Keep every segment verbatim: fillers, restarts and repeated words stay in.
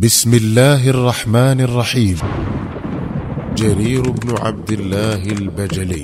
بسم الله الرحمن الرحيم. جرير بن عبد الله البجلي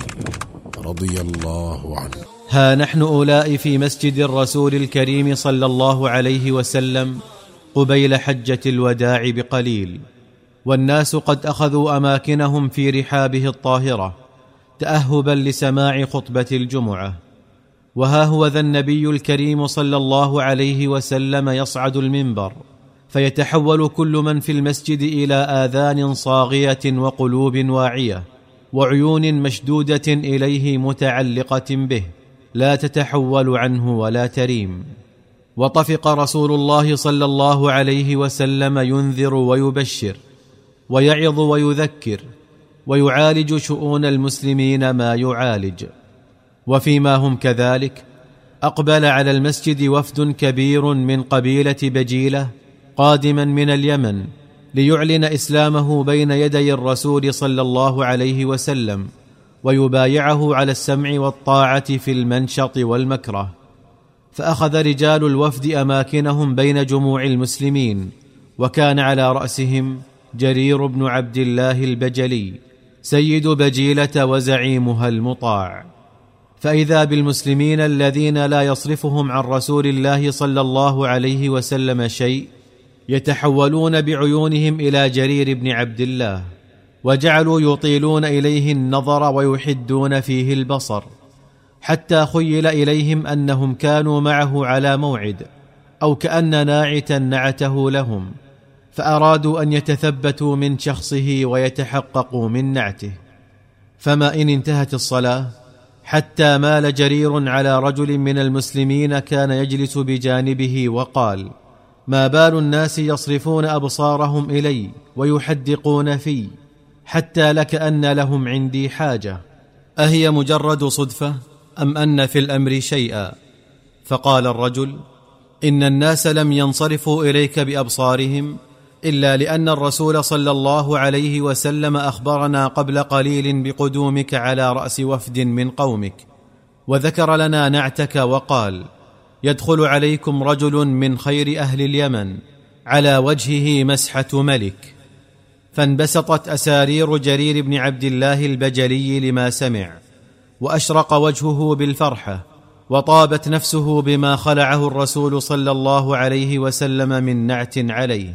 رضي الله عنه. ها نحن أولاء في مسجد الرسول الكريم صلى الله عليه وسلم قبيل حجة الوداع بقليل، والناس قد أخذوا أماكنهم في رحابه الطاهرة تأهبا لسماع خطبة الجمعة. وها هو ذا النبي الكريم صلى الله عليه وسلم يصعد المنبر، فيتحول كل من في المسجد إلى آذان صاغية وقلوب واعية وعيون مشدودة إليه متعلقة به لا تتحول عنه ولا تريم. وطفق رسول الله صلى الله عليه وسلم ينذر ويبشر ويعظ ويذكر ويعالج شؤون المسلمين ما يعالج. وفيما هم كذلك أقبل على المسجد وفد كبير من قبيلة بجيلة قادما من اليمن ليعلن إسلامه بين يدي الرسول صلى الله عليه وسلم ويبايعه على السمع والطاعة في المنشط والمكره. فأخذ رجال الوفد أماكنهم بين جموع المسلمين، وكان على رأسهم جرير بن عبد الله البجلي سيد بجيلة وزعيمها المطاع. فإذا بالمسلمين الذين لا يصرفهم عن رسول الله صلى الله عليه وسلم شيء يتحولون بعيونهم إلى جرير بن عبد الله، وجعلوا يطيلون إليه النظر ويحدون فيه البصر، حتى خيل إليهم أنهم كانوا معه على موعد، أو كأن ناعتا نعته لهم، فأرادوا أن يتثبتوا من شخصه ويتحققوا من نعته. فما إن انتهت الصلاة حتى مال جرير على رجل من المسلمين كان يجلس بجانبه وقال: ما بال الناس يصرفون أبصارهم إلي ويحدقون في، حتى لكأن لهم عندي حاجة، أهي مجرد صدفة أم أن في الأمر شيئا؟ فقال الرجل: إن الناس لم ينصرفوا إليك بأبصارهم إلا لأن الرسول صلى الله عليه وسلم أخبرنا قبل قليل بقدومك على رأس وفد من قومك، وذكر لنا نعتك وقال: يدخل عليكم رجل من خير أهل اليمن على وجهه مسحة ملك. فانبسطت أسارير جرير بن عبد الله البجلي لما سمع، وأشرق وجهه بالفرحة، وطابت نفسه بما خلعه الرسول صلى الله عليه وسلم من نعت عليه.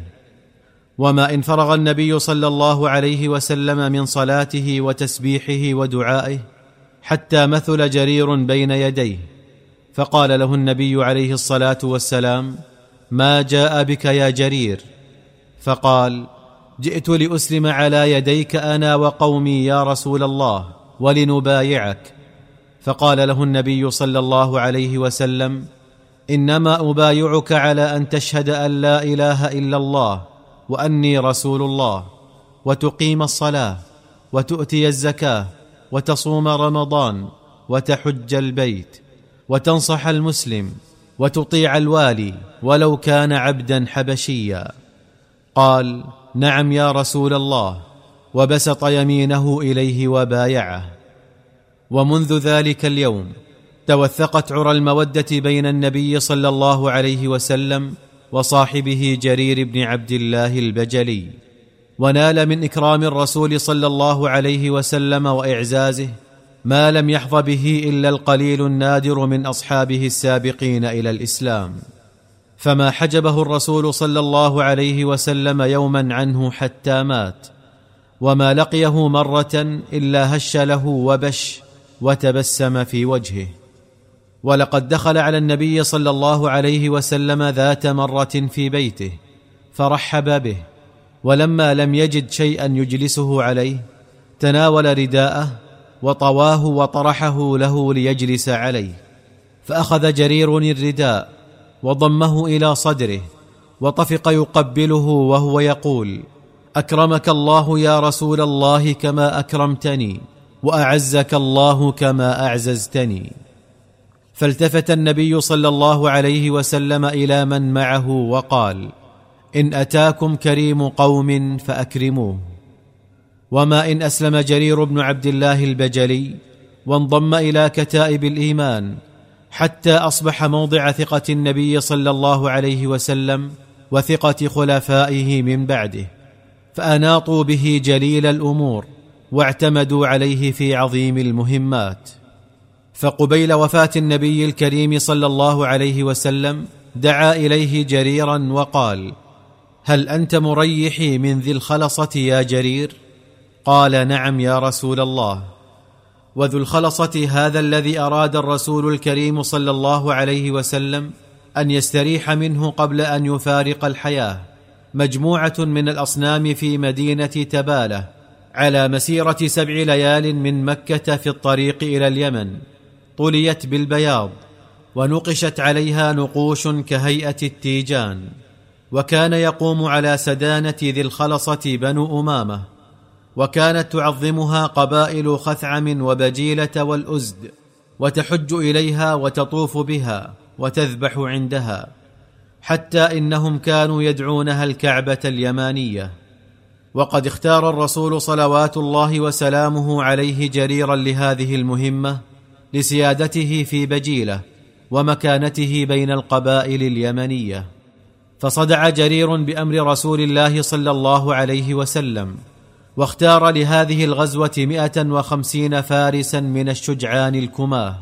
وما إن فرغ النبي صلى الله عليه وسلم من صلاته وتسبيحه ودعائه حتى مثل جرير بين يديه، فقال له النبي عليه الصلاة والسلام: ما جاء بك يا جرير؟ فقال: جئت لأسلم على يديك أنا وقومي يا رسول الله ولنبايعك. فقال له النبي صلى الله عليه وسلم: إنما أبايعك على أن تشهد أن لا إله إلا الله وأني رسول الله، وتقيم الصلاة، وتؤتي الزكاة، وتصوم رمضان، وتحج البيت، وتنصح المسلم، وتطيع الوالي ولو كان عبدا حبشيا. قال: نعم يا رسول الله، وبسط يمينه إليه وبايعه. ومنذ ذلك اليوم توثقت عرى المودة بين النبي صلى الله عليه وسلم وصاحبه جرير بن عبد الله البجلي، ونال من إكرام الرسول صلى الله عليه وسلم وإعزازه ما لم يحظ به إلا القليل النادر من أصحابه السابقين إلى الإسلام. فما حجبه الرسول صلى الله عليه وسلم يوما عنه حتى مات، وما لقيه مرة إلا هش له وبش وتبسم في وجهه. ولقد دخل على النبي صلى الله عليه وسلم ذات مرة في بيته فرحب به، ولما لم يجد شيئا يجلسه عليه تناول رداءه وطواه وطرحه له ليجلس عليه، فأخذ جرير الرداء وضمه إلى صدره وطفق يقبله وهو يقول: أكرمك الله يا رسول الله كما أكرمتني، وأعزك الله كما أعززتني. فالتفت النبي صلى الله عليه وسلم إلى من معه وقال: إن أتاكم كريم قوم فأكرموه. وما إن أسلم جرير بن عبد الله البجلي وانضم إلى كتائب الإيمان حتى أصبح موضع ثقة النبي صلى الله عليه وسلم وثقة خلفائه من بعده، فأناطوا به جليل الأمور واعتمدوا عليه في عظيم المهمات. فقبيل وفاة النبي الكريم صلى الله عليه وسلم دعا إليه جريرا وقال: هل أنت مريحي من ذي الخلصة يا جرير؟ قال: نعم يا رسول الله. وذو الخلصة هذا الذي أراد الرسول الكريم صلى الله عليه وسلم أن يستريح منه قبل أن يفارق الحياة، مجموعة من الأصنام في مدينة تبالة على مسيرة سبع ليال من مكة في الطريق إلى اليمن، طليت بالبياض ونقشت عليها نقوش كهيئة التيجان، وكان يقوم على سدانة ذي الخلصة بنو أمامة، وكانت تعظمها قبائل خثعم وبجيلة والأزد، وتحج إليها وتطوف بها وتذبح عندها، حتى إنهم كانوا يدعونها الكعبة اليمانية. وقد اختار الرسول صلوات الله وسلامه عليه جريرا لهذه المهمة لسيادته في بجيلة ومكانته بين القبائل اليمنية، فصدع جرير بأمر رسول الله صلى الله عليه وسلم، واختار لهذه الغزوة مئة وخمسين فارسا من الشجعان الكماه.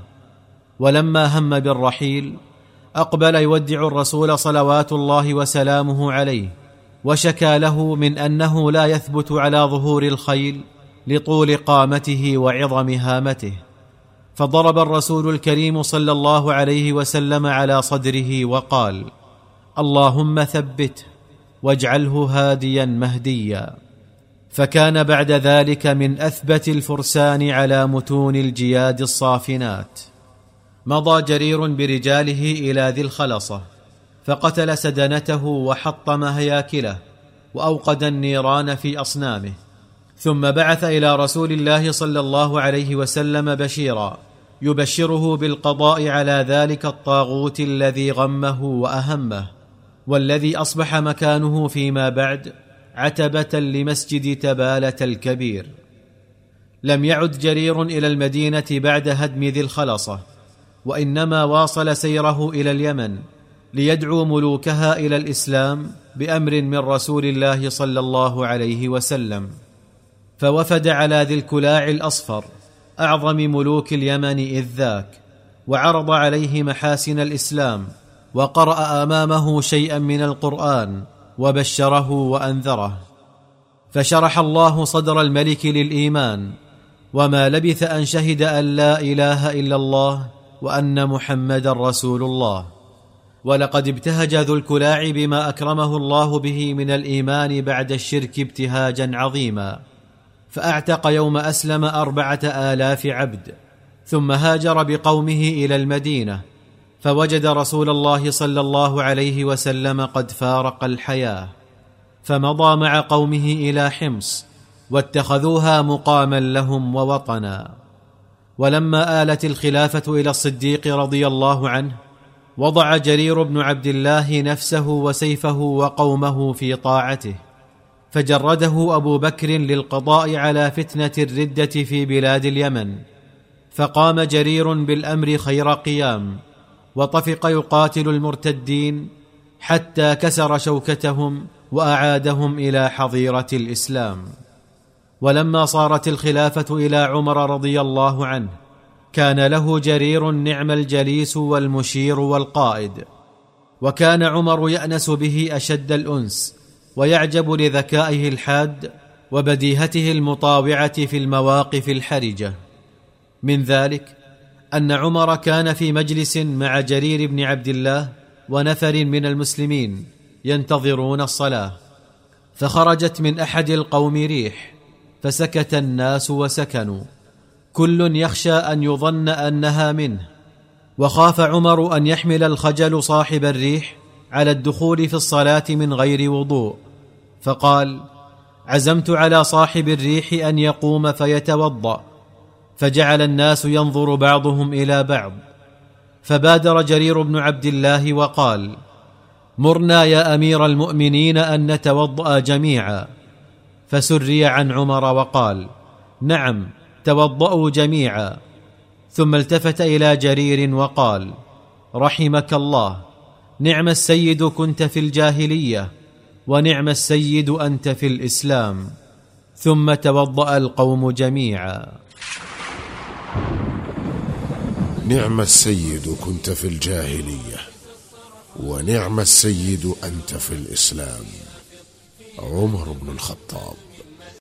ولما هم بالرحيل أقبل يودع الرسول صلوات الله وسلامه عليه، وشكى له من أنه لا يثبت على ظهور الخيل لطول قامته وعظم هامته، فضرب الرسول الكريم صلى الله عليه وسلم على صدره وقال: اللهم ثبته واجعله هاديا مهديا. فكان بعد ذلك من أثبت الفرسان على متون الجياد الصافنات. مضى جرير برجاله إلى ذي الخلصة، فقتل سدنته وحطم هياكله وأوقد النيران في أصنامه، ثم بعث إلى رسول الله صلى الله عليه وسلم بشيرا يبشره بالقضاء على ذلك الطاغوت الذي غمه وأهمه، والذي أصبح مكانه فيما بعد عتبة لمسجد تبالة الكبير. لم يعد جرير إلى المدينة بعد هدم ذي الخلصة، وإنما واصل سيره إلى اليمن ليدعو ملوكها إلى الإسلام بأمر من رسول الله صلى الله عليه وسلم. فوفد على ذي الكلاع الأصفر أعظم ملوك اليمن إذ ذاك، وعرض عليه محاسن الإسلام، وقرأ أمامه شيئا من القرآن وبشره وأنذره، فشرح الله صدر الملك للإيمان، وما لبث أن شهد أن لا إله إلا الله وأن محمد رسول الله. ولقد ابتهج ذو الكلاع بما أكرمه الله به من الإيمان بعد الشرك ابتهاجا عظيما، فأعتق يوم أسلم أربعة آلاف عبد، ثم هاجر بقومه إلى المدينة، فوجد رسول الله صلى الله عليه وسلم قد فارق الحياة، فمضى مع قومه إلى حمص، واتخذوها مقاما لهم ووطنا. ولما آلت الخلافة إلى الصديق رضي الله عنه، وضع جرير بن عبد الله نفسه وسيفه وقومه في طاعته، فجرده أبو بكر للقضاء على فتنة الردة في بلاد اليمن، فقام جرير بالأمر خير قيام، وطفق يقاتل المرتدين حتى كسر شوكتهم وأعادهم إلى حظيرة الإسلام. ولما صارت الخلافة إلى عمر رضي الله عنه، كان له جرير نعم الجليس والمشير والقائد، وكان عمر يأنس به أشد الأنس، ويعجب لذكائه الحاد وبديهته المطاوعة في المواقف الحرجة. من ذلك أن عمر كان في مجلس مع جرير بن عبد الله ونفر من المسلمين ينتظرون الصلاة، فخرجت من أحد القوم ريح، فسكت الناس وسكنوا، كل يخشى أن يظن أنها منه، وخاف عمر أن يحمل الخجل صاحب الريح على الدخول في الصلاة من غير وضوء، فقال: عزمت على صاحب الريح أن يقوم فيتوضأ. فجعل الناس ينظر بعضهم إلى بعض، فبادر جرير بن عبد الله وقال: مرنا يا أمير المؤمنين أن نتوضأ جميعا. فسري عن عمر وقال: نعم، توضأوا جميعا. ثم التفت إلى جرير وقال: رحمك الله، نعم السيد كنت في الجاهلية ونعم السيد أنت في الإسلام. ثم توضأ القوم جميعا. نعم السيد كنت في الجاهلية ونعم السيد أنت في الإسلام. عمر بن الخطاب.